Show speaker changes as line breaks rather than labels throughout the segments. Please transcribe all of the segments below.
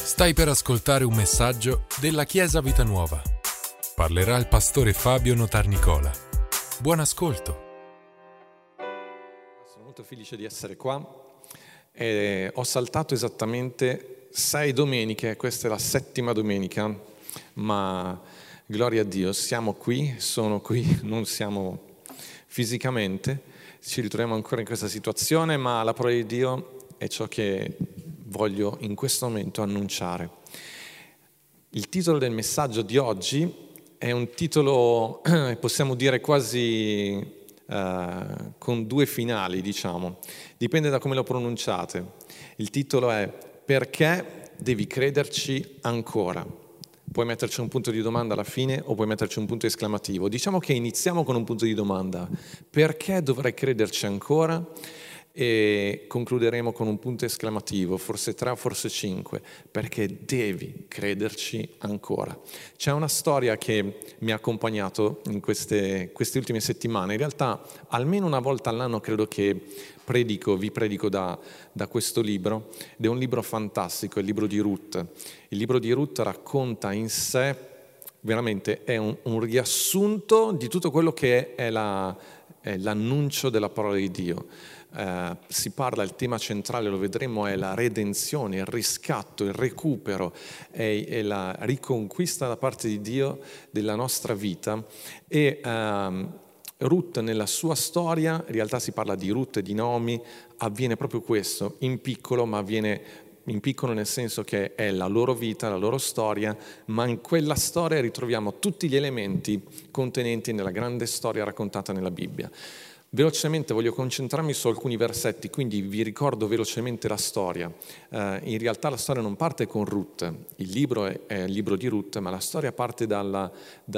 Stai per ascoltare un messaggio della Chiesa Vita Nuova. Parlerà il pastore Fabio Notarnicola. Buon ascolto.
Sono molto felice di essere qua e ho saltato esattamente 6 domeniche, questa è la 7ª domenica, ma gloria a Dio, siamo qui, sono qui, non siamo fisicamente, ci ritroviamo ancora in questa situazione, ma la parola di Dio è ciò che voglio in questo momento annunciare. Il titolo del messaggio di oggi è un titolo, possiamo dire quasi con 2 finali, diciamo. Dipende da come lo pronunciate. Il titolo è "Perché devi crederci ancora?". Puoi metterci un punto di domanda alla fine o puoi metterci un punto esclamativo. Diciamo che iniziamo con un punto di domanda. Perché dovrei crederci ancora? E concluderemo con un punto esclamativo, forse 3 o forse 5, perché devi crederci ancora. C'è una storia che mi ha accompagnato in queste ultime settimane. In realtà almeno una volta all'anno credo che vi predico da questo libro, ed è un libro fantastico, è il libro di Ruth. Il libro di Ruth racconta in sé, veramente è un riassunto di tutto quello che è l'annuncio della parola di Dio. Si parla, il tema centrale, lo vedremo, è la redenzione, il riscatto, il recupero e la riconquista da parte di Dio della nostra vita. E Ruth nella sua storia, in realtà si parla di Ruth e di Naomi, avviene proprio questo, in piccolo, ma avviene in piccolo nel senso che è la loro vita, la loro storia, ma in quella storia ritroviamo tutti gli elementi contenenti nella grande storia raccontata nella Bibbia. Velocemente voglio concentrarmi su alcuni versetti, quindi vi ricordo velocemente la storia. In realtà la storia non parte con Ruth, il libro è il libro di Ruth, ma la storia parte dalla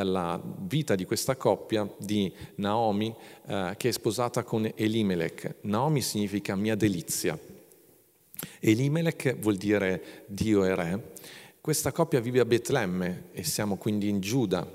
vita di questa coppia di Naomi che è sposata con Elimelech. Naomi significa mia delizia. Elimelech vuol dire Dio è re. Questa coppia vive a Betlemme e siamo quindi in Giuda.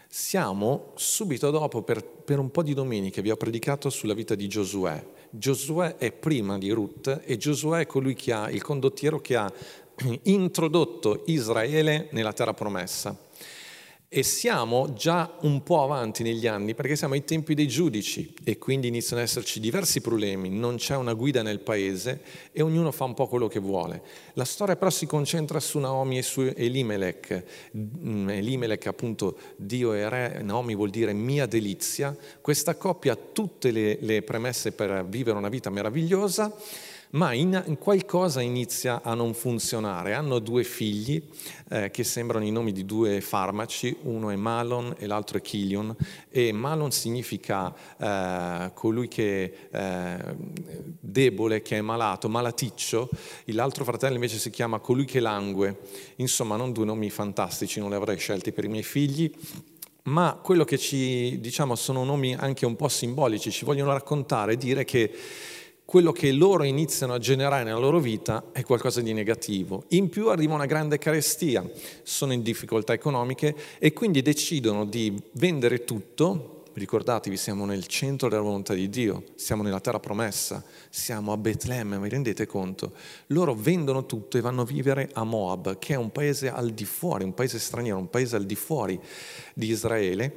Siamo subito dopo, per un po' di domeniche, vi ho predicato sulla vita di Giosuè. Giosuè è prima di Ruth e Giosuè è colui che ha il condottiero che ha introdotto Israele nella terra promessa. E siamo già un po' avanti negli anni perché siamo ai tempi dei giudici e quindi iniziano ad esserci diversi problemi, non c'è una guida nel paese e ognuno fa un po' quello che vuole. La storia però si concentra su Naomi e su Elimelech. Elimelech appunto Dio è re, Naomi vuol dire mia delizia. Questa coppia ha tutte le premesse per vivere una vita meravigliosa, ma in qualcosa inizia a non funzionare. Hanno 2 figli che sembrano i nomi di 2 farmaci, uno è Malon e l'altro è Chilion, e Malon significa colui che è debole, che è malato, malaticcio, l'altro fratello invece si chiama colui che langue. Insomma, non 2 nomi fantastici, non li avrei scelti per i miei figli, ma quello che sono nomi anche un po' simbolici, ci vogliono raccontare e dire che quello che loro iniziano a generare nella loro vita è qualcosa di negativo. In più arriva una grande carestia, sono in difficoltà economiche e quindi decidono di vendere tutto. Ricordatevi, siamo nel centro della volontà di Dio, siamo nella terra promessa, siamo a Betlemme, vi rendete conto? Loro vendono tutto e vanno a vivere a Moab, che è un paese al di fuori, un paese straniero, un paese al di fuori di Israele,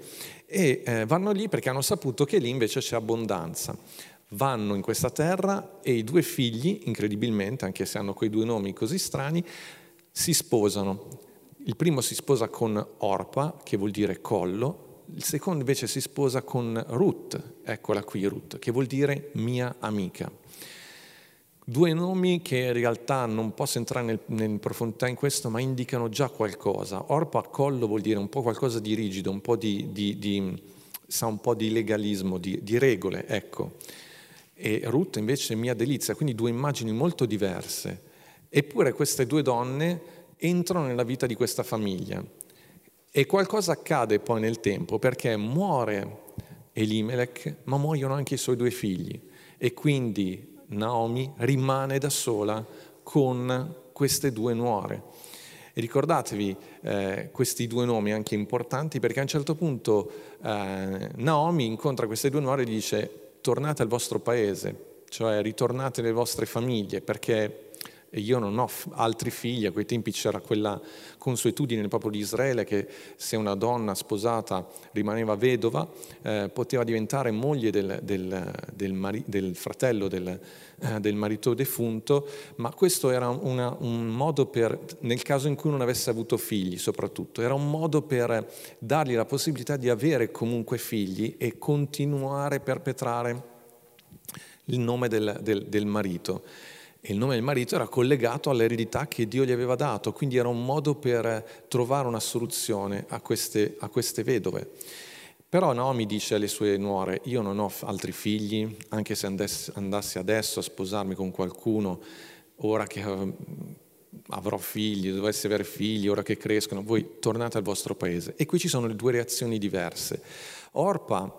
e vanno lì perché hanno saputo che lì invece c'è abbondanza. Vanno in questa terra e i 2 figli, incredibilmente, anche se hanno quei 2 nomi così strani, si sposano. Il primo si sposa con Orpa, che vuol dire collo, il secondo invece si sposa con Ruth, eccola qui Ruth, che vuol dire mia amica. 2 nomi che in realtà non posso entrare in profondità in questo, ma indicano già qualcosa. Orpa, collo, vuol dire un po' qualcosa di rigido, un po' di legalismo, di regole, ecco. E Ruth invece mia delizia, quindi 2 immagini molto diverse. Eppure queste 2 donne entrano nella vita di questa famiglia e qualcosa accade poi nel tempo, perché muore Elimelech, ma muoiono anche i suoi 2 figli e quindi Naomi rimane da sola con queste 2 nuore. E ricordatevi questi 2 nomi anche importanti, perché a un certo punto Naomi incontra queste 2 nuore e dice: tornate al vostro paese, cioè ritornate nelle vostre famiglie, perché e io non ho altri figli. A quei tempi c'era quella consuetudine nel popolo di Israele che se una donna sposata rimaneva vedova poteva diventare moglie del fratello del marito defunto, ma questo era un modo per, nel caso in cui non avesse avuto figli soprattutto, era un modo per dargli la possibilità di avere comunque figli e continuare a perpetrare il nome del marito. E il nome del marito era collegato all'eredità che Dio gli aveva dato, quindi era un modo per trovare una soluzione a queste vedove. Però Naomi dice alle sue nuore: io non ho altri figli, anche se andassi adesso a sposarmi con qualcuno, ora che avrò figli, dovessi avere figli, ora che crescono, voi tornate al vostro paese. E qui ci sono le due reazioni diverse. Orpa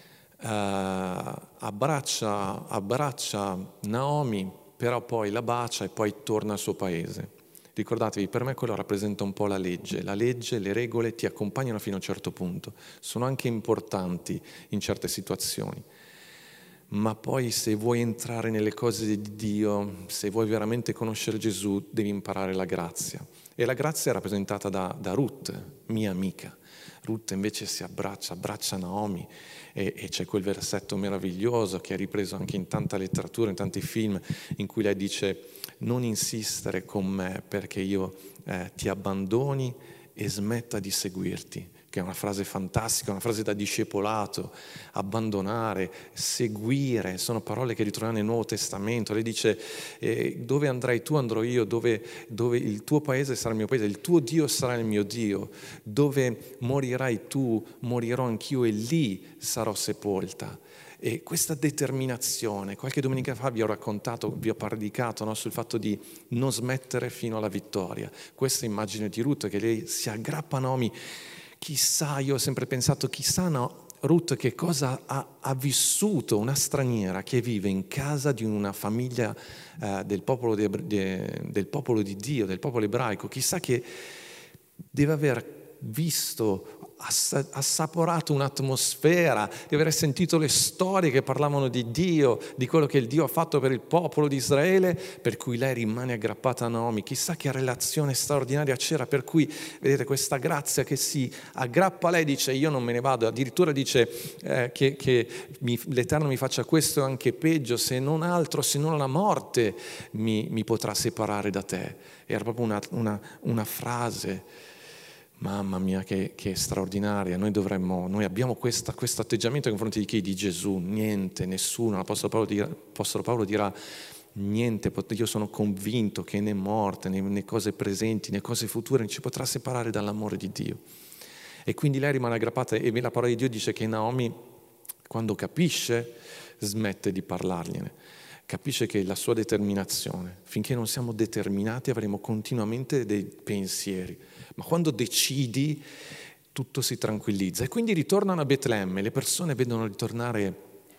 abbraccia Naomi, però poi la bacia e poi torna al suo paese. Ricordatevi, per me quello rappresenta un po' la legge, le regole ti accompagnano fino a un certo punto, sono anche importanti in certe situazioni, ma poi se vuoi entrare nelle cose di Dio, se vuoi veramente conoscere Gesù, devi imparare la grazia. E la grazia è rappresentata da Ruth, mia amica. Ruth invece abbraccia Naomi e c'è quel versetto meraviglioso che è ripreso anche in tanta letteratura, in tanti film, in cui lei dice: non insistere con me perché io ti abbandoni e smetta di seguirti, che è una frase fantastica, una frase da discepolato. Abbandonare, seguire, sono parole che ritroviamo nel Nuovo Testamento. Lei dice: dove andrai tu andrò io, dove il tuo paese sarà il mio paese, il tuo Dio sarà il mio Dio, dove morirai tu morirò anch'io e lì sarò sepolta. E questa determinazione, qualche domenica fa vi ho predicato, no, sul fatto di non smettere fino alla vittoria. Questa immagine di Ruth, che lei si aggrappa a Naomi. Chissà, io ho sempre pensato, chissà no, Ruth che cosa ha vissuto una straniera che vive in casa di una famiglia del popolo di Dio, del popolo ebraico. Chissà che deve aver visto, assaporato un'atmosfera, di aver sentito le storie che parlavano di Dio, di quello che il Dio ha fatto per il popolo di Israele, per cui lei rimane aggrappata a Naomi. Chissà che relazione straordinaria c'era, per cui vedete questa grazia che si aggrappa a lei, dice: io non me ne vado, addirittura dice che l'Eterno mi faccia questo e anche peggio, se non altro, se non la morte mi potrà separare da te. Era proprio una frase. Mamma mia, che straordinaria. Noi abbiamo questo atteggiamento nei confronti di chi? Di Gesù. Niente, nessuno. L'Apostolo Paolo dirà: niente, io sono convinto che né morte, né cose presenti, né cose future non ci potrà separare dall'amore di Dio. E quindi lei rimane aggrappata, e la parola di Dio dice che Naomi, quando capisce, smette di parlargliene. Capisce che la sua determinazione, finché non siamo determinati avremo continuamente dei pensieri, ma quando decidi tutto si tranquillizza. E quindi ritornano a Betlemme, le persone vedono ritornare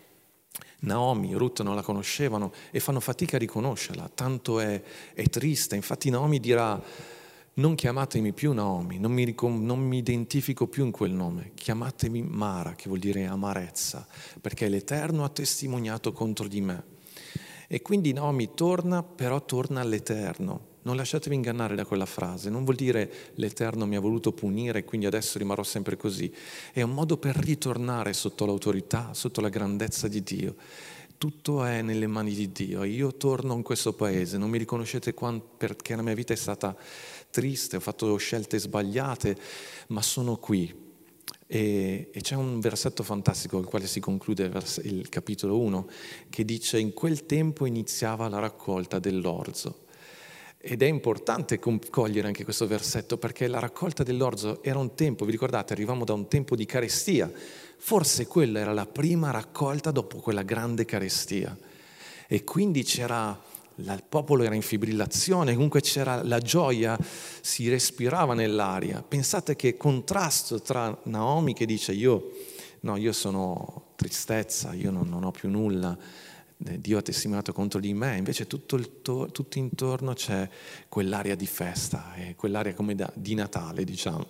Naomi. Ruth non la conoscevano e fanno fatica a riconoscerla, tanto è triste. Infatti Naomi dirà: non chiamatemi più Naomi, non mi identifico più in quel nome, chiamatemi Mara, che vuol dire amarezza, perché l'Eterno ha testimoniato contro di me. E quindi Naomi torna, però torna all'Eterno. Non lasciatevi ingannare da quella frase, non vuol dire l'Eterno mi ha voluto punire e quindi adesso rimarrò sempre così. È un modo per ritornare sotto l'autorità, sotto la grandezza di Dio. Tutto è nelle mani di Dio. Io torno in questo paese, non mi riconoscete perché la mia vita è stata triste, ho fatto scelte sbagliate, ma sono qui. E c'è un versetto fantastico con il quale si conclude il capitolo 1, che dice: in quel tempo iniziava la raccolta dell'orzo. Ed è importante cogliere anche questo versetto, perché la raccolta dell'orzo era un tempo, vi ricordate, arrivavamo da un tempo di carestia, forse quella era la prima raccolta dopo quella grande carestia, e quindi il popolo era in fibrillazione, comunque c'era la gioia, si respirava nell'aria. Pensate che contrasto tra Naomi che dice: io sono tristezza, io non ho più nulla, Dio ha testimoniato contro di me, invece tutto intorno c'è quell'aria di festa, quell'aria come di Natale, diciamo.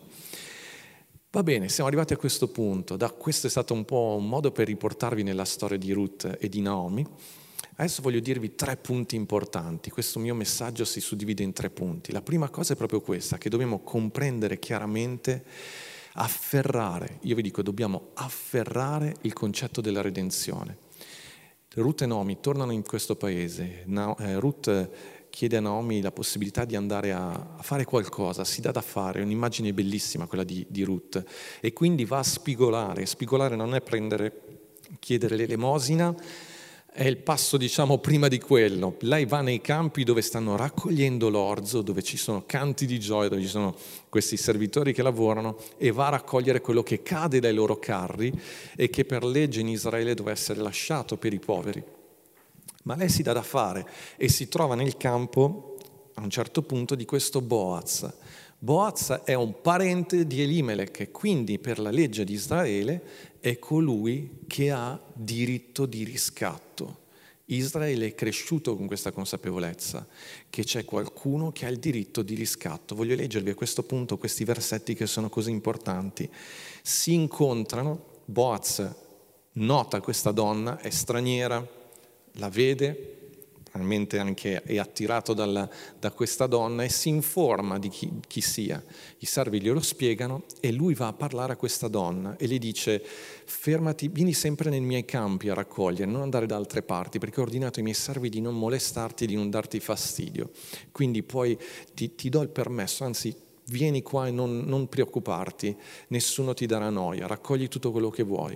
Va bene, siamo arrivati a questo punto. Questo è stato un po' un modo per riportarvi nella storia di Ruth e di Naomi. Adesso voglio dirvi 3 punti importanti. Questo mio messaggio si suddivide in 3 punti. La prima cosa è proprio questa, che dobbiamo comprendere chiaramente, afferrare, io vi dico, dobbiamo afferrare il concetto della redenzione. Ruth e Naomi tornano in questo paese. Ruth chiede a Naomi la possibilità di andare a fare qualcosa, si dà da fare, è un'immagine bellissima quella di Ruth, e quindi va a spigolare. Spigolare non è chiedere l'elemosina, è il passo, diciamo, prima di quello. Lei va nei campi dove stanno raccogliendo l'orzo, dove ci sono canti di gioia, dove ci sono questi servitori che lavorano, e va a raccogliere quello che cade dai loro carri e che per legge in Israele deve essere lasciato per i poveri. Ma lei si dà da fare e si trova nel campo, a un certo punto, di questo Boaz. Boaz è un parente di Elimelech, e quindi per la legge di Israele è colui che ha diritto di riscatto. Israele è cresciuto con questa consapevolezza che c'è qualcuno che ha il diritto di riscatto. Voglio leggervi a questo punto questi versetti che sono così importanti. Si incontrano, Boaz nota questa donna, è straniera, la vede, probabilmente anche è attirato da questa donna, e si informa di chi sia. I servi glielo spiegano e lui va a parlare a questa donna e le dice: fermati, vieni sempre nei miei campi a raccogliere, non andare da altre parti, perché ho ordinato ai miei servi di non molestarti, di non darti fastidio. Quindi poi ti do il permesso, anzi vieni qua e non preoccuparti, nessuno ti darà noia, raccogli tutto quello che vuoi.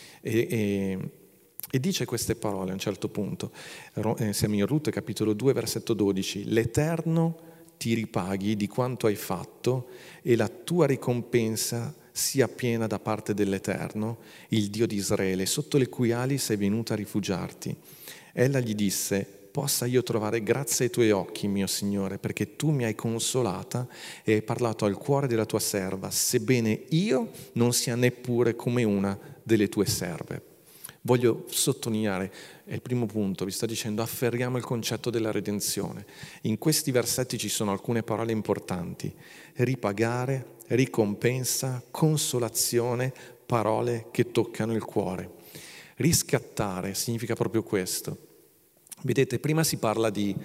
E dice queste parole a un certo punto, siamo in Ruth capitolo 2 versetto 12: l'Eterno ti ripaghi di quanto hai fatto e la tua ricompensa sia piena da parte dell'Eterno, il Dio di Israele, sotto le cui ali sei venuta a rifugiarti. Ella gli disse: possa io trovare grazia ai tuoi occhi, mio Signore, perché tu mi hai consolata e hai parlato al cuore della tua serva, sebbene io non sia neppure come una delle tue serve. Voglio sottolineare, è il primo punto, vi sto dicendo, afferriamo il concetto della redenzione. In questi versetti ci sono alcune parole importanti: ripagare, ricompensa, consolazione, parole che toccano il cuore. Riscattare significa proprio questo. Vedete, prima si parla di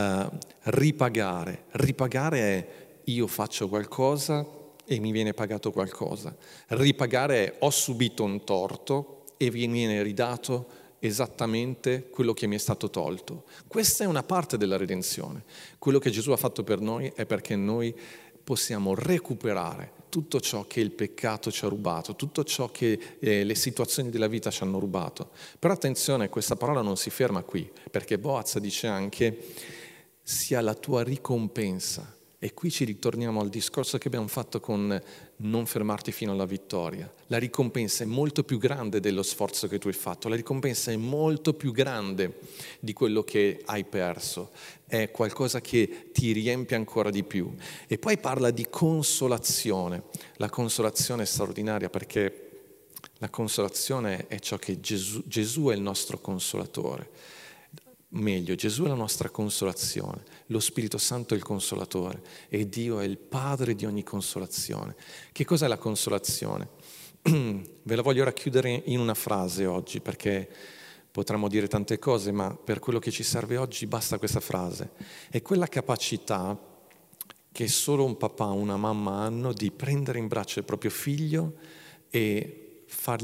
ripagare. Ripagare è: io faccio qualcosa e mi viene pagato qualcosa. Ripagare è: ho subito un torto e vi viene ridato esattamente quello che mi è stato tolto. Questa è una parte della redenzione. Quello che Gesù ha fatto per noi è perché noi possiamo recuperare tutto ciò che il peccato ci ha rubato, tutto ciò che le situazioni della vita ci hanno rubato. Però attenzione, questa parola non si ferma qui, perché Boaz dice anche: sia la tua ricompensa. E qui ci ritorniamo al discorso che abbiamo fatto con non fermarti fino alla vittoria. La ricompensa è molto più grande dello sforzo che tu hai fatto, la ricompensa è molto più grande di quello che hai perso, è qualcosa che ti riempie ancora di più. E poi parla di consolazione. La consolazione è straordinaria, perché la consolazione è ciò che Gesù è il nostro consolatore. Meglio, Gesù è la nostra consolazione, lo Spirito Santo è il consolatore e Dio è il Padre di ogni consolazione. Che cos'è la consolazione? Ve la voglio racchiudere in una frase oggi, perché potremmo dire tante cose, ma per quello che ci serve oggi basta questa frase. È quella capacità che solo un papà o una mamma hanno di prendere in braccio il proprio figlio e far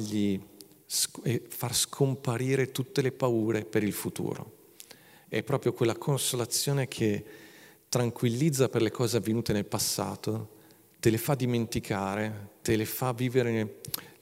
scomparire tutte le paure per il futuro. È proprio quella consolazione che tranquillizza per le cose avvenute nel passato, te le fa dimenticare, te le fa vivere,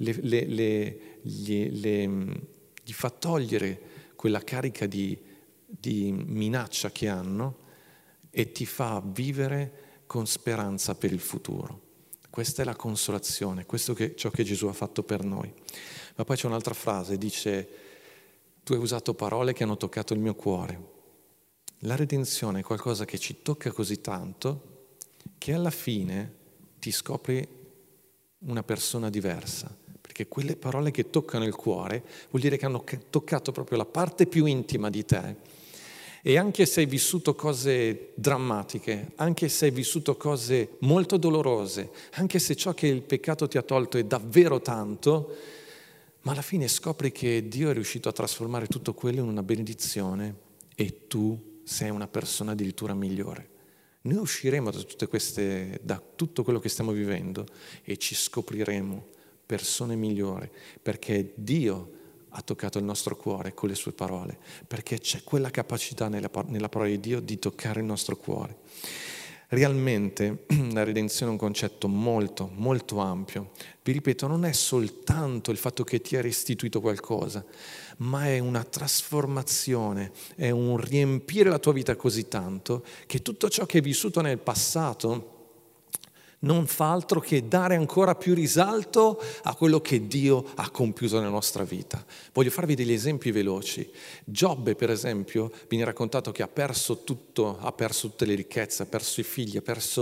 gli fa togliere quella carica di minaccia che hanno e ti fa vivere con speranza per il futuro. Questa è la consolazione, questo è ciò che Gesù ha fatto per noi. Ma poi c'è un'altra frase, dice: tu hai usato parole che hanno toccato il mio cuore. La redenzione è qualcosa che ci tocca così tanto che alla fine ti scopri una persona diversa, perché quelle parole che toccano il cuore vuol dire che hanno toccato proprio la parte più intima di te. E anche se hai vissuto cose drammatiche, anche se hai vissuto cose molto dolorose, anche se ciò che il peccato ti ha tolto è davvero tanto, ma alla fine scopri che Dio è riuscito a trasformare tutto quello in una benedizione e tu sei una persona addirittura migliore. Noi usciremo da tutto quello che stiamo vivendo e ci scopriremo persone migliori, perché Dio ha toccato il nostro cuore con le sue parole, perché c'è quella capacità nella parola di Dio di toccare il nostro cuore. Realmente la redenzione è un concetto molto, molto ampio. Vi ripeto, non è soltanto il fatto che ti è restituito qualcosa, ma è una trasformazione, è un riempire la tua vita così tanto che tutto ciò che hai vissuto nel passato non fa altro che dare ancora più risalto a quello che Dio ha compiuto nella nostra vita. Voglio farvi degli esempi veloci. Giobbe, per esempio, viene raccontato che ha perso tutto, ha perso tutte le ricchezze, ha perso i figli, ha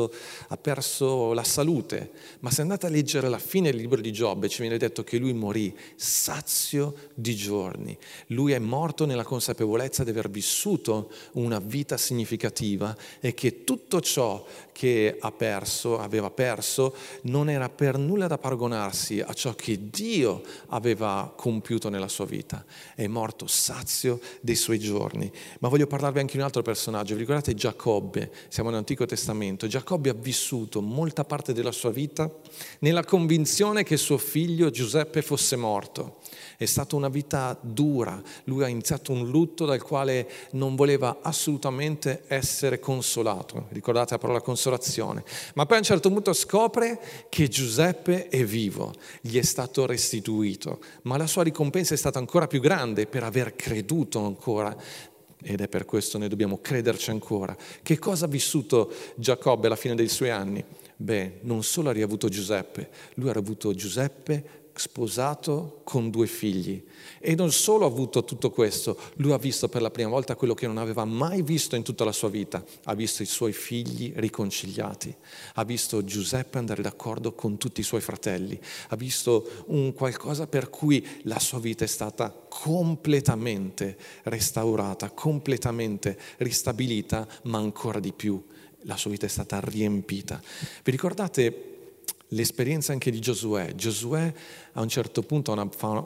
perso la salute. Ma se andate a leggere la fine del libro di Giobbe, ci viene detto che lui morì sazio di giorni. Lui è morto nella consapevolezza di aver vissuto una vita significativa e che tutto ciò che aveva perso, non era per nulla da paragonarsi a ciò che Dio aveva compiuto nella sua vita. È morto sazio dei suoi giorni. Ma voglio parlarvi anche di un altro personaggio. Vi ricordate Giacobbe? Siamo nell'Antico Testamento. Giacobbe ha vissuto molta parte della sua vita nella convinzione che suo figlio Giuseppe fosse morto. È stata una vita dura. Lui ha iniziato un lutto dal quale non voleva assolutamente essere consolato. Ricordate la parola consolazione. Ma poi a un certo punto scopre che Giuseppe è vivo, gli è stato restituito, ma la sua ricompensa è stata ancora più grande per aver creduto ancora. Ed è per questo noi dobbiamo crederci ancora. Che cosa ha vissuto Giacobbe alla fine dei suoi anni? Non solo ha riavuto Giuseppe, lui ha avuto Giuseppe sposato con 2 figli e non solo ha avuto tutto questo, lui ha visto per la prima volta quello che non aveva mai visto in tutta la sua vita, ha visto i suoi figli riconciliati, ha visto Giuseppe andare d'accordo con tutti i suoi fratelli, ha visto un qualcosa per cui la sua vita è stata completamente restaurata, completamente ristabilita, ma ancora di più la sua vita è stata riempita. Vi ricordate l'esperienza anche di Giosuè? Giosuè a un certo punto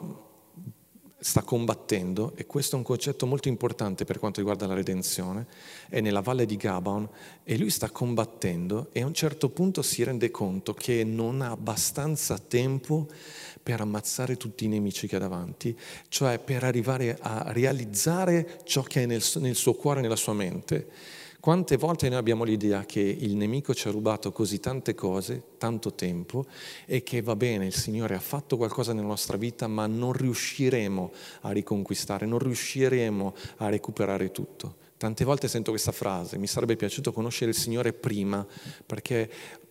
sta combattendo, e questo è un concetto molto importante per quanto riguarda la redenzione, è nella valle di Gabaon e lui sta combattendo e a un certo punto si rende conto che non ha abbastanza tempo per ammazzare tutti i nemici che ha davanti, cioè per arrivare a realizzare ciò che è nel suo cuore, nella sua mente. Quante volte noi abbiamo l'idea che il nemico ci ha rubato così tante cose, tanto tempo, e che va bene, il Signore ha fatto qualcosa nella nostra vita, ma non riusciremo a riconquistare, non riusciremo a recuperare tutto. Tante volte sento questa frase: mi sarebbe piaciuto conoscere il Signore prima, perché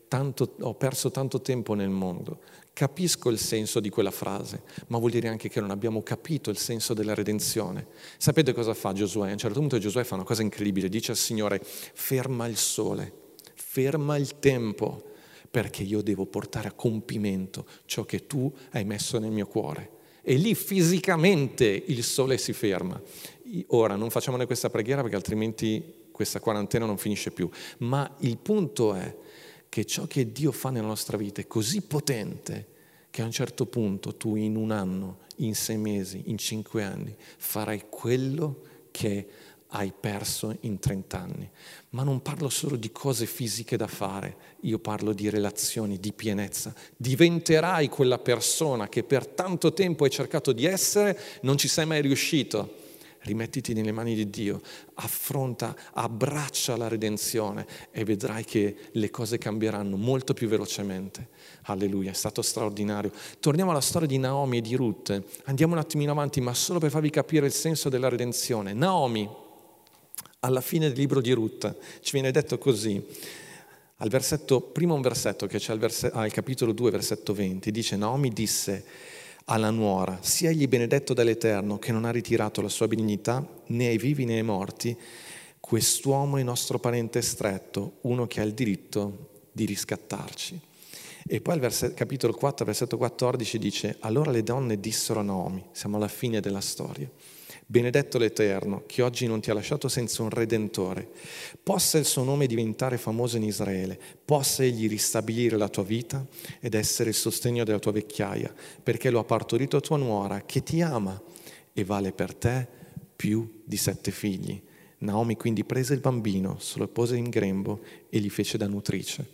ho perso tanto tempo nel mondo. Capisco il senso di quella frase, ma vuol dire anche che non abbiamo capito il senso della redenzione. Sapete cosa fa Giosuè? A un certo punto Giosuè fa una cosa incredibile, dice al Signore: ferma il sole, ferma il tempo, perché io devo portare a compimento ciò che tu hai messo nel mio cuore. E lì fisicamente il sole si ferma. Ora non facciamo noi questa preghiera perché altrimenti questa quarantena non finisce più, ma il punto è che ciò che Dio fa nella nostra vita è così potente che a un certo punto tu in 1 anno, in 6 mesi, in 5 anni farai quello che hai perso in 30 anni. Ma non parlo solo di cose fisiche da fare, io parlo di relazioni, di pienezza. Diventerai quella persona che per tanto tempo hai cercato di essere, non ci sei mai riuscito. Rimettiti nelle mani di Dio, affronta, abbraccia la redenzione e vedrai che le cose cambieranno molto più velocemente. Alleluia, è stato straordinario. Torniamo alla storia di Naomi e di Ruth. Andiamo un attimino avanti, ma solo per farvi capire il senso della redenzione. Naomi, alla fine del libro di Ruth, ci viene detto così. Al primo versetto che c'è al capitolo 2, versetto 20, dice: Naomi disse alla nuora: sia egli benedetto dall'Eterno, che non ha ritirato la sua benignità né ai vivi né ai morti. Quest'uomo è nostro parente stretto, uno che ha il diritto di riscattarci. E poi al capitolo 4, versetto 14 dice: allora le donne dissero a Naomi, siamo alla fine della storia, Benedetto l'Eterno, che oggi non ti ha lasciato senza un Redentore. Possa il suo nome diventare famoso in Israele, possa egli ristabilire la tua vita ed essere il sostegno della tua vecchiaia, perché lo ha partorito tua nuora, che ti ama e vale per te più di 7 figli. Naomi quindi prese il bambino, se lo pose in grembo e gli fece da nutrice.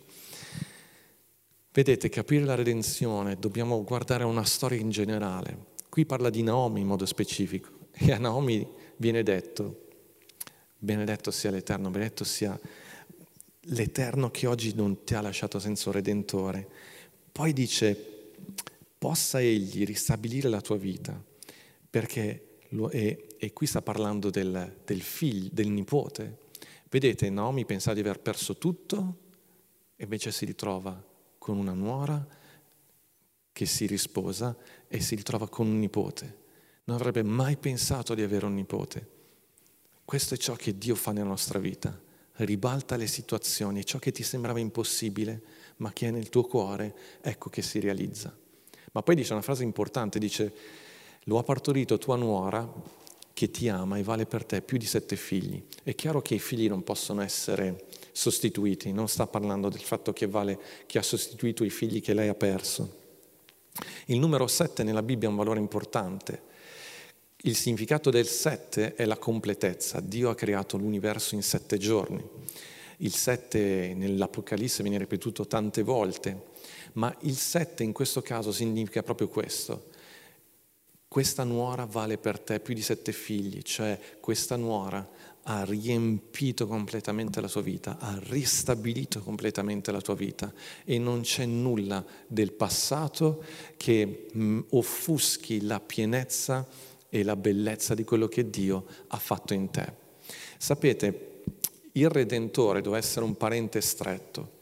Vedete, capire la redenzione, dobbiamo guardare a una storia in generale. Qui parla di Naomi in modo specifico. E a Naomi viene detto, benedetto sia l'Eterno, benedetto sia l'Eterno che oggi non ti ha lasciato senza un Redentore. Poi dice, possa egli ristabilire la tua vita, perché, e qui sta parlando del figlio, del nipote. Vedete, Naomi pensava di aver perso tutto, e invece si ritrova con una nuora che si risposa e si ritrova con un nipote. Non avrebbe mai pensato di avere un nipote. Questo è ciò che Dio fa nella nostra vita. Ribalta le situazioni, ciò che ti sembrava impossibile, ma che è nel tuo cuore, ecco che si realizza. Ma poi dice una frase importante, dice, lo ha partorito tua nuora che ti ama e vale per te più di 7 figli. È chiaro che i figli non possono essere sostituiti, non sta parlando del fatto che ha sostituito i figli che lei ha perso. Il numero 7 nella Bibbia ha un valore importante. Il significato del 7 è la completezza. Dio ha creato l'universo in 7 giorni. Il 7 nell'Apocalisse viene ripetuto tante volte, ma il 7 in questo caso significa proprio questo. Questa nuora vale per te più di 7 figli, cioè questa nuora ha riempito completamente la tua vita, ha ristabilito completamente la tua vita e non c'è nulla del passato che offuschi la pienezza e la bellezza di quello che Dio ha fatto in te. Sapete, il Redentore doveva essere un parente stretto.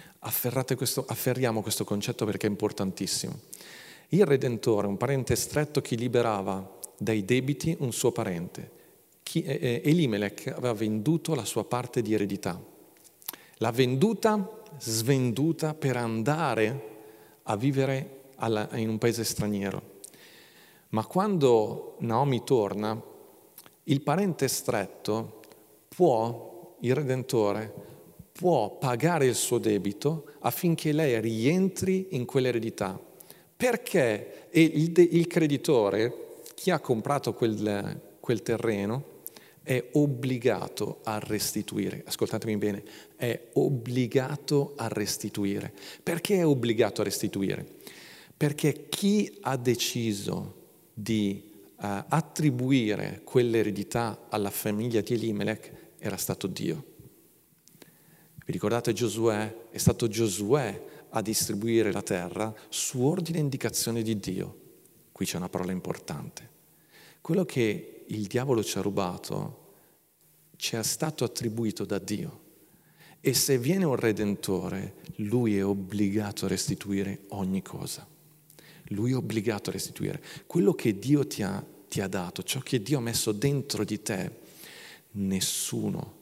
Afferriamo questo concetto perché è importantissimo. Il Redentore, un parente stretto che liberava dai debiti un suo parente. Elimelech aveva venduto la sua parte di eredità. L'ha venduta, svenduta per andare a vivere in un paese straniero. Ma quando Naomi torna, il parente stretto il Redentore, può pagare il suo debito affinché lei rientri in quell'eredità. Perché il creditore, chi ha comprato quel terreno, è obbligato a restituire. Ascoltatemi bene, è obbligato a restituire. Perché è obbligato a restituire? Perché chi ha deciso di attribuire quell'eredità alla famiglia di Elimelech era stato Dio. Vi ricordate Giosuè? È stato Giosuè a distribuire la terra su ordine e indicazione di Dio. Qui c'è una parola importante. Quello che il diavolo ci ha rubato ci è stato attribuito da Dio. E se viene un Redentore, lui è obbligato a restituire ogni cosa. Lui è obbligato a restituire. Quello che Dio ti ha dato, ciò che Dio ha messo dentro di te, nessuno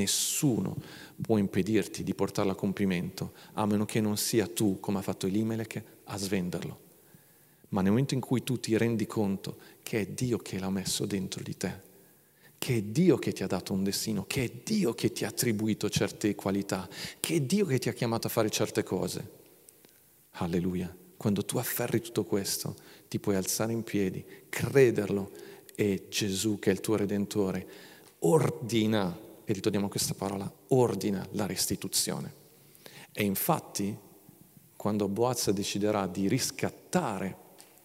può impedirti di portarlo a compimento, a meno che non sia tu, come ha fatto Elimelech, a svenderlo. Ma nel momento in cui tu ti rendi conto che è Dio che l'ha messo dentro di te, che è Dio che ti ha dato un destino, che è Dio che ti ha attribuito certe qualità, che è Dio che ti ha chiamato a fare certe cose. Alleluia. Quando tu afferri tutto questo, ti puoi alzare in piedi, crederlo, e Gesù, che è il tuo Redentore, ordina, e ritorniamo a questa parola, ordina la restituzione. E infatti, quando Boaz deciderà di riscattare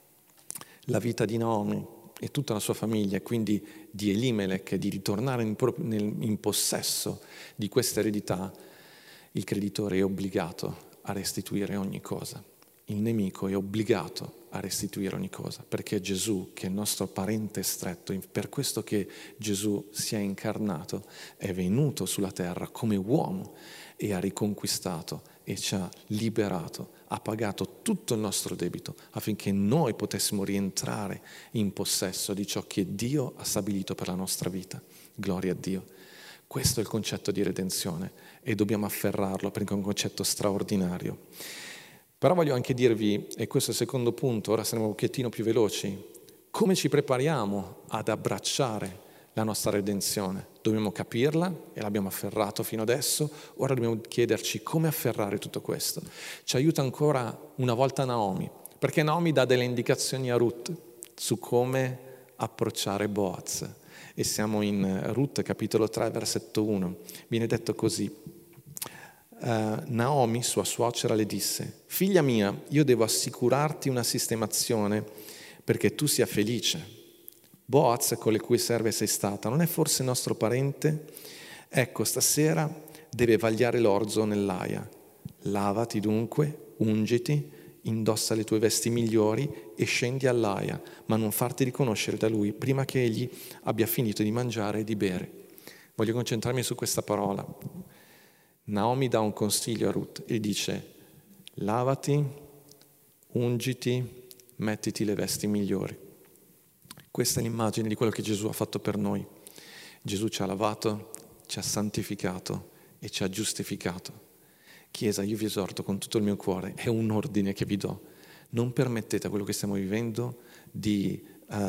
la vita di Naomi e tutta la sua famiglia, e quindi di Elimelech, di ritornare in possesso di questa eredità, il creditore è obbligato a restituire ogni cosa. Il nemico è obbligato a restituire ogni cosa, perché Gesù, che è il nostro parente stretto, per questo che Gesù si è incarnato, è venuto sulla terra come uomo e ha riconquistato e ci ha liberato, ha pagato tutto il nostro debito affinché noi potessimo rientrare in possesso di ciò che Dio ha stabilito per la nostra vita. Gloria a Dio. Questo è il concetto di redenzione e dobbiamo afferrarlo perché è un concetto straordinario. Però voglio anche dirvi, e questo è il secondo punto, ora saremo un pochettino più veloci, come ci prepariamo ad abbracciare la nostra redenzione? Dobbiamo capirla e l'abbiamo afferrato fino adesso, ora dobbiamo chiederci come afferrare tutto questo. Ci aiuta ancora una volta Naomi, perché Naomi dà delle indicazioni a Ruth su come approcciare Boaz. E siamo in Ruth, capitolo 3, versetto 1. Viene detto così. Naomi, sua suocera, le disse: «Figlia mia, io devo assicurarti una sistemazione perché tu sia felice. Boaz, con le cui serve sei stata, non è forse nostro parente? Ecco, stasera deve vagliare l'orzo nell'aia. Lavati dunque, ungiti, indossa le tue vesti migliori e scendi all'aia, ma non farti riconoscere da lui prima che egli abbia finito di mangiare e di bere». Voglio concentrarmi su questa parola. Naomi dà un consiglio a Ruth e dice: lavati, ungiti, mettiti le vesti migliori. Questa è l'immagine di quello che Gesù ha fatto per noi. Gesù ci ha lavato, ci ha santificato e ci ha giustificato. Chiesa, io vi esorto con tutto il mio cuore, è un ordine che vi do. Non permettete a quello che stiamo vivendo di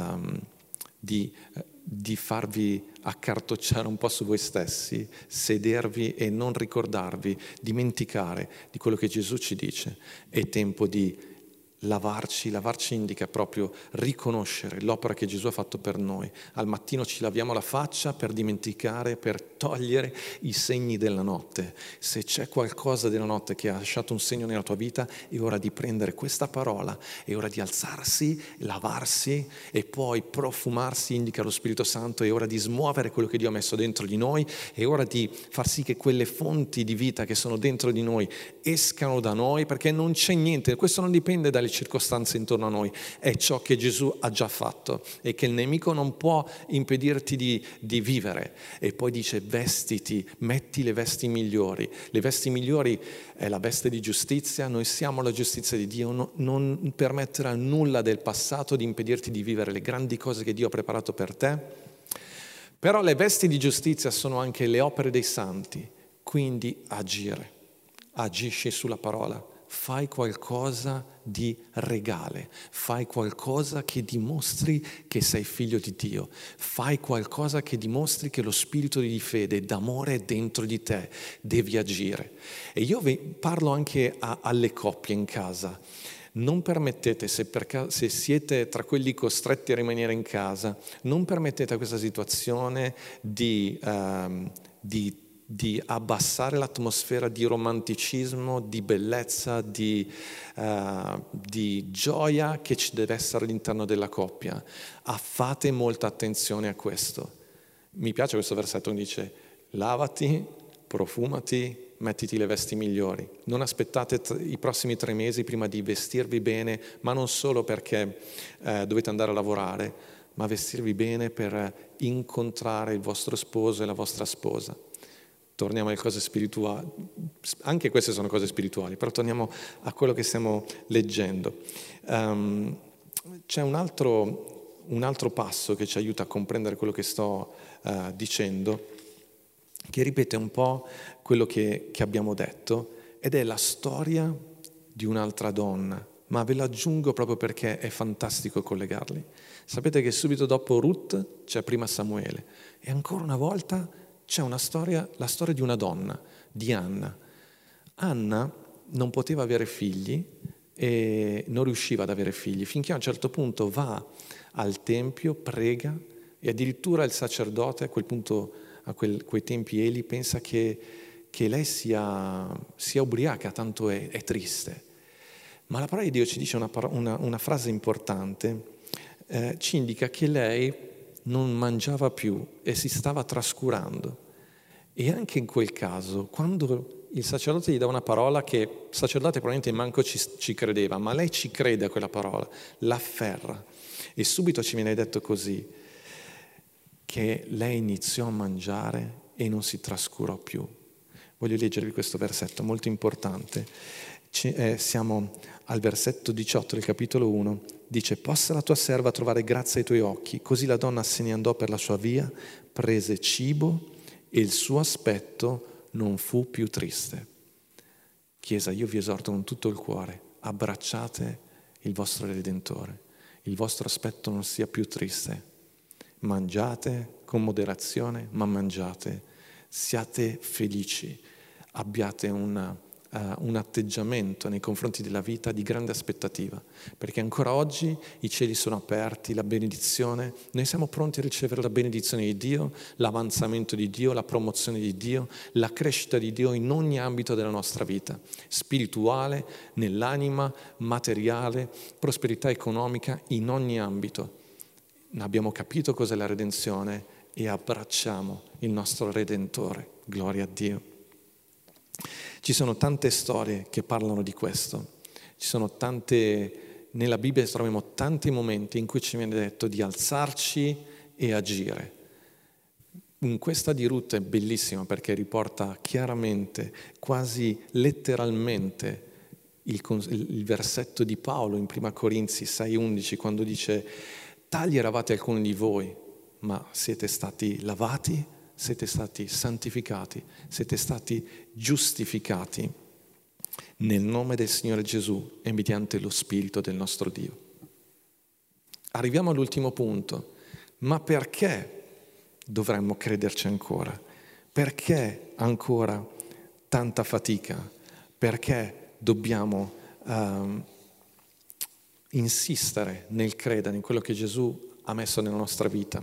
farvi accartocciare un po' su voi stessi, sedervi e non ricordarvi, dimenticare di quello che Gesù ci dice. È tempo di lavarci indica proprio riconoscere l'opera che Gesù ha fatto per noi. Al mattino ci laviamo la faccia per dimenticare, per togliere i segni della notte. Se c'è qualcosa della notte che ha lasciato un segno nella tua vita, è ora di prendere questa parola, è ora di alzarsi, lavarsi e poi profumarsi, indica lo Spirito Santo, è ora di smuovere quello che Dio ha messo dentro di noi, è ora di far sì che quelle fonti di vita che sono dentro di noi escano da noi, perché non c'è niente, questo non dipende dalle circostanze intorno a noi, è ciò che Gesù ha già fatto e che il nemico non può impedirti di vivere. E poi dice: vestiti, metti le vesti migliori. Le vesti migliori è la veste di giustizia, noi siamo la giustizia di Dio, non permetterà nulla del passato di impedirti di vivere le grandi cose che Dio ha preparato per te. Però le vesti di giustizia sono anche le opere dei santi, quindi agisci sulla parola. Fai qualcosa di regale, fai qualcosa che dimostri che sei figlio di Dio, fai qualcosa che dimostri che lo spirito di fede e d'amore è dentro di te, devi agire. E io vi parlo anche alle coppie in casa. Non permettete, se siete tra quelli costretti a rimanere in casa, non permettete a questa situazione di abbassare l'atmosfera di romanticismo, di bellezza, di gioia che ci deve essere all'interno della coppia. Fate molta attenzione a questo. Mi piace questo versetto che dice: lavati, profumati, mettiti le vesti migliori. Non aspettate i prossimi 3 mesi prima di vestirvi bene, ma non solo perché dovete andare a lavorare, ma vestirvi bene per incontrare il vostro sposo e la vostra sposa. Torniamo alle cose spirituali, anche queste sono cose spirituali, però torniamo a quello che stiamo leggendo. C'è un altro passo che ci aiuta a comprendere quello che sto dicendo, che ripete un po' quello che abbiamo detto, ed è la storia di un'altra donna, ma ve lo aggiungo proprio perché è fantastico collegarli. Sapete che subito dopo Ruth c'è prima Samuele, e ancora una volta c'è la storia di una donna, di Anna. Anna non poteva avere figli e non riusciva ad avere figli, finché a un certo punto va al tempio, prega, e addirittura il sacerdote, a quel punto, quei tempi, Eli, pensa che lei sia ubriaca, tanto è triste. Ma la parola di Dio ci dice una frase importante, ci indica che lei non mangiava più e si stava trascurando. E anche in quel caso, quando il sacerdote gli dà una parola che il sacerdote probabilmente manco ci credeva, ma lei ci crede a quella parola, l'afferra. E subito ci viene detto così, che lei iniziò a mangiare e non si trascurò più. Voglio leggervi questo versetto molto importante. Siamo al versetto 18 del capitolo 1. Dice: possa la tua serva trovare grazia ai tuoi occhi. Così la donna se ne andò per la sua via, prese cibo e il suo aspetto non fu più triste. Chiesa, io vi esorto con tutto il cuore, abbracciate il vostro Redentore. il vostro aspetto non sia più triste. Mangiate con moderazione, ma mangiate. Siate felici, abbiate un atteggiamento nei confronti della vita di grande aspettativa, perché ancora oggi i cieli sono aperti, la benedizione, noi siamo pronti a ricevere la benedizione di Dio, l'avanzamento di Dio, la promozione di Dio, la crescita di Dio in ogni ambito della nostra vita, spirituale, nell'anima, materiale, prosperità economica, in ogni ambito. Abbiamo capito cos'è la redenzione e abbracciamo il nostro Redentore. Gloria a Dio. Ci sono tante storie che parlano di questo. Nella Bibbia troviamo tanti momenti in cui ci viene detto di alzarci e agire. In questa di Ruth è bellissima perché riporta chiaramente, quasi letteralmente, il versetto di Paolo in 1 Corinzi 6,11 quando dice: tali eravate alcuni di voi, ma siete stati lavati, siete stati santificati, siete stati giustificati nel nome del Signore Gesù e mediante lo Spirito del nostro Dio. Arriviamo all'ultimo punto. Ma perché dovremmo crederci ancora? Perché ancora tanta fatica? Perché dobbiamo insistere nel credere in quello che Gesù ha messo nella nostra vita?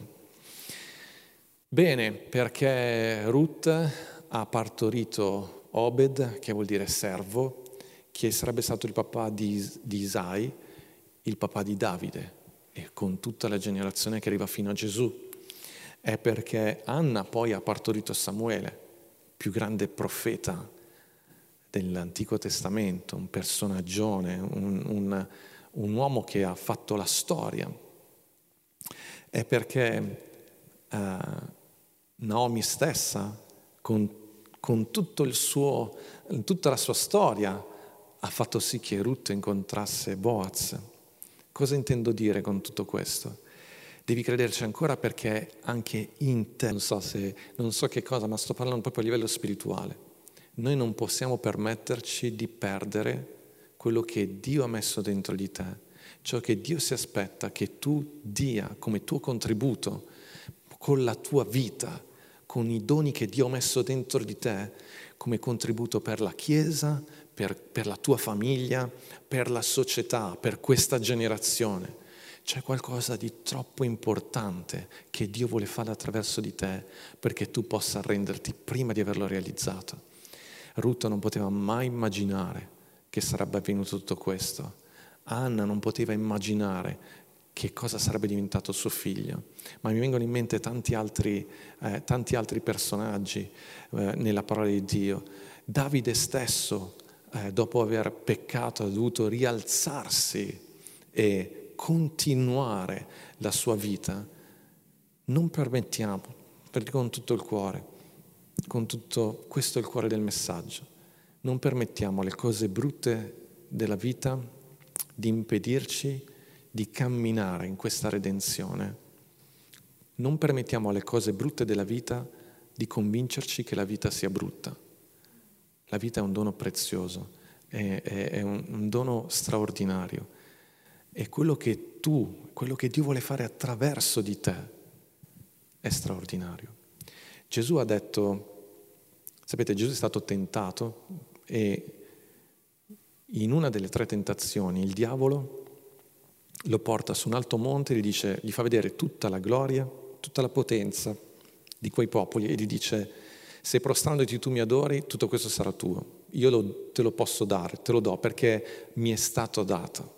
Bene, perché Ruth ha partorito Obed, che vuol dire servo, che sarebbe stato il papà di Isai, il papà di Davide, e con tutta la generazione che arriva fino a Gesù. È perché Anna poi ha partorito Samuele, più grande profeta dell'Antico Testamento, un personaggione, un uomo che ha fatto la storia. È perché Naomi stessa, con tutto tutta la sua storia, ha fatto sì che Ruth incontrasse Boaz. Cosa intendo dire con tutto questo? Devi crederci ancora perché anche in te, non so che cosa, ma sto parlando proprio a livello spirituale. Noi non possiamo permetterci di perdere quello che Dio ha messo dentro di te, ciò che Dio si aspetta che tu dia come tuo contributo con la tua vita, con i doni che Dio ha messo dentro di te come contributo per la Chiesa, per la tua famiglia, per la società, per questa generazione. C'è qualcosa di troppo importante che Dio vuole fare attraverso di te perché tu possa arrenderti prima di averlo realizzato. Ruth non poteva mai immaginare che sarebbe avvenuto tutto questo. Anna non poteva immaginare che cosa sarebbe diventato suo figlio. Ma mi vengono in mente tanti altri personaggi nella parola di Dio. Davide stesso, dopo aver peccato, ha dovuto rialzarsi e continuare la sua vita. Non permettiamo, perché con tutto il cuore, questo è il cuore del messaggio, non permettiamo alle cose brutte della vita di impedirci di camminare in questa redenzione. Non permettiamo alle cose brutte della vita di convincerci che la vita sia brutta. La vita è un dono prezioso, è un dono straordinario. E quello che Dio vuole fare attraverso di te è straordinario. Gesù ha detto, sapete, Gesù è stato tentato e in una delle 3 tentazioni il diavolo lo porta su un alto monte e gli fa vedere tutta la gloria, tutta la potenza di quei popoli e gli dice: se prostrandoti tu mi adori, tutto questo sarà tuo. Io te lo posso dare, te lo do perché mi è stato dato.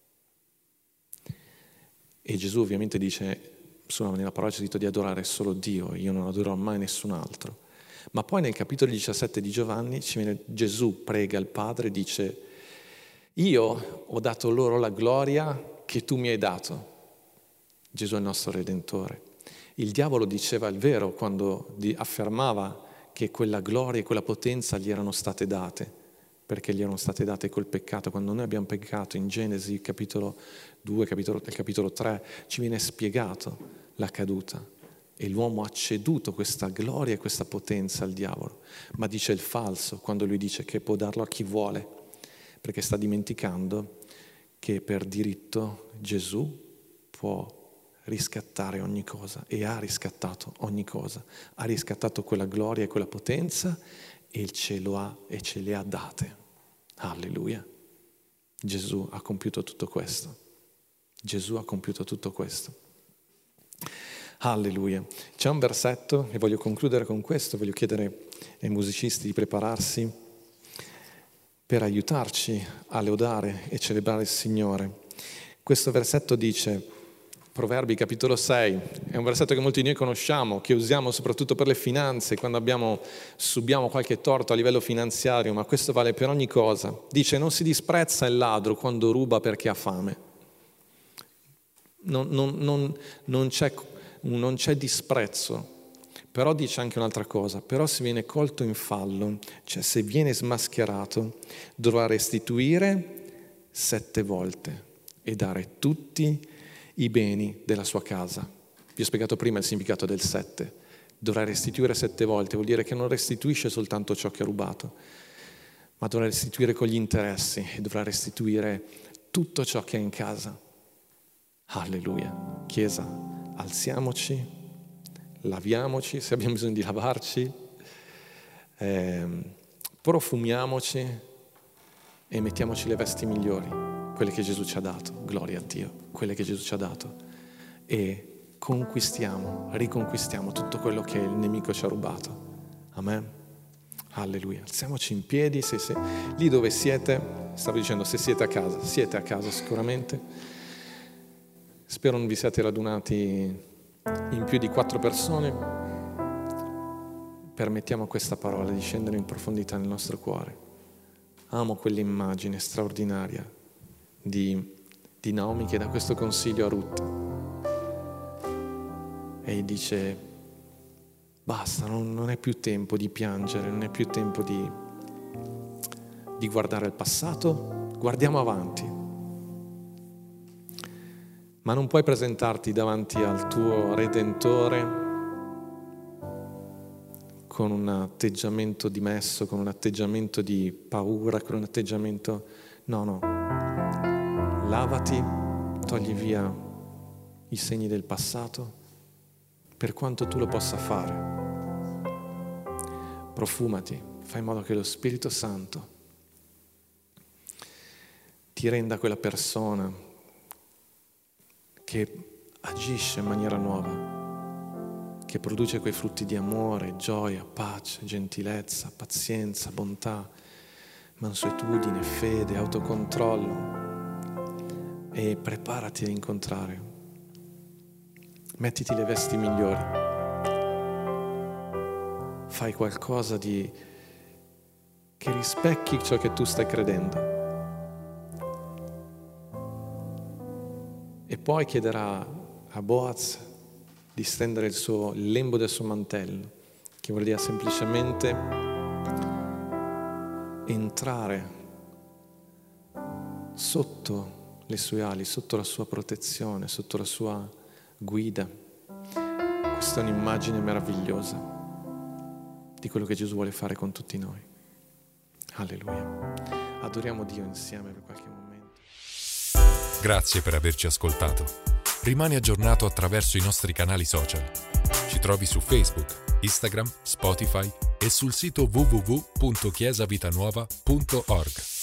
E Gesù ovviamente dice, nella parola c'è scritto di adorare solo Dio, io non adorerò mai nessun altro. Ma poi nel capitolo 17 di Giovanni Gesù prega il Padre e dice: io ho dato loro la gloria che tu mi hai dato. Gesù è il nostro Redentore. Il diavolo diceva il vero quando affermava che quella gloria e quella potenza gli erano state date, perché gli erano state date col peccato. Quando noi abbiamo peccato, in Genesi capitolo 2, capitolo 3, ci viene spiegato la caduta e l'uomo ha ceduto questa gloria e questa potenza al diavolo. Ma dice il falso quando lui dice che può darlo a chi vuole, perché sta dimenticando che per diritto Gesù può riscattare ogni cosa e ha riscattato ogni cosa. Ha riscattato quella gloria e quella potenza e ce le ha date. Alleluia. Gesù ha compiuto tutto questo. Gesù ha compiuto tutto questo. Alleluia. C'è un versetto e voglio concludere con questo, voglio chiedere ai musicisti di prepararsi per aiutarci a lodare e celebrare il Signore. Questo versetto dice, Proverbi capitolo 6, è un versetto che molti di noi conosciamo, che usiamo soprattutto per le finanze, quando subiamo qualche torto a livello finanziario, ma questo vale per ogni cosa. Dice, non si disprezza il ladro quando ruba perché ha fame. Non c'è disprezzo, però dice anche un'altra cosa, però se viene colto in fallo, cioè se viene smascherato, dovrà restituire 7 volte e dare tutti i beni della sua casa. Vi ho spiegato prima il significato del 7, dovrà restituire 7 volte, vuol dire che non restituisce soltanto ciò che ha rubato, ma dovrà restituire con gli interessi e dovrà restituire tutto ciò che ha in casa. Alleluia. Chiesa, alziamoci, laviamoci se abbiamo bisogno di lavarci, profumiamoci e mettiamoci le vesti migliori, quelle che Gesù ci ha dato, gloria a Dio, quelle che Gesù ci ha dato, e riconquistiamo tutto quello che il nemico ci ha rubato. Amen. Alleluia. Alziamoci in piedi, lì dove siete, stavo dicendo, se siete a casa sicuramente. Spero non vi siate radunati in più di 4 persone. Permettiamo a questa parola di scendere in profondità nel nostro cuore. Amo quell'immagine straordinaria di Naomi che dà questo consiglio a Ruth e dice basta, non è più tempo di piangere, non è più tempo di guardare il passato, guardiamo avanti. Ma non puoi presentarti davanti al tuo Redentore con un atteggiamento dimesso, con un atteggiamento di paura, con un atteggiamento... No. Lavati, togli via i segni del passato, per quanto tu lo possa fare. Profumati, fai in modo che lo Spirito Santo ti renda quella persona che agisce in maniera nuova, che produce quei frutti di amore, gioia, pace, gentilezza, pazienza, bontà, mansuetudine, fede, autocontrollo. E preparati a incontrare. Mettiti le vesti migliori. Fai qualcosa che rispecchi ciò che tu stai credendo. E poi chiederà a Boaz di stendere il lembo del suo mantello, che vuol dire semplicemente entrare sotto le sue ali, sotto la sua protezione, sotto la sua guida. Questa è un'immagine meravigliosa di quello che Gesù vuole fare con tutti noi. Alleluia. Adoriamo Dio insieme per qualche momento.
Grazie per averci ascoltato. Rimani aggiornato attraverso i nostri canali social. Ci trovi su Facebook, Instagram, Spotify e sul sito www.chiesavitanuova.org.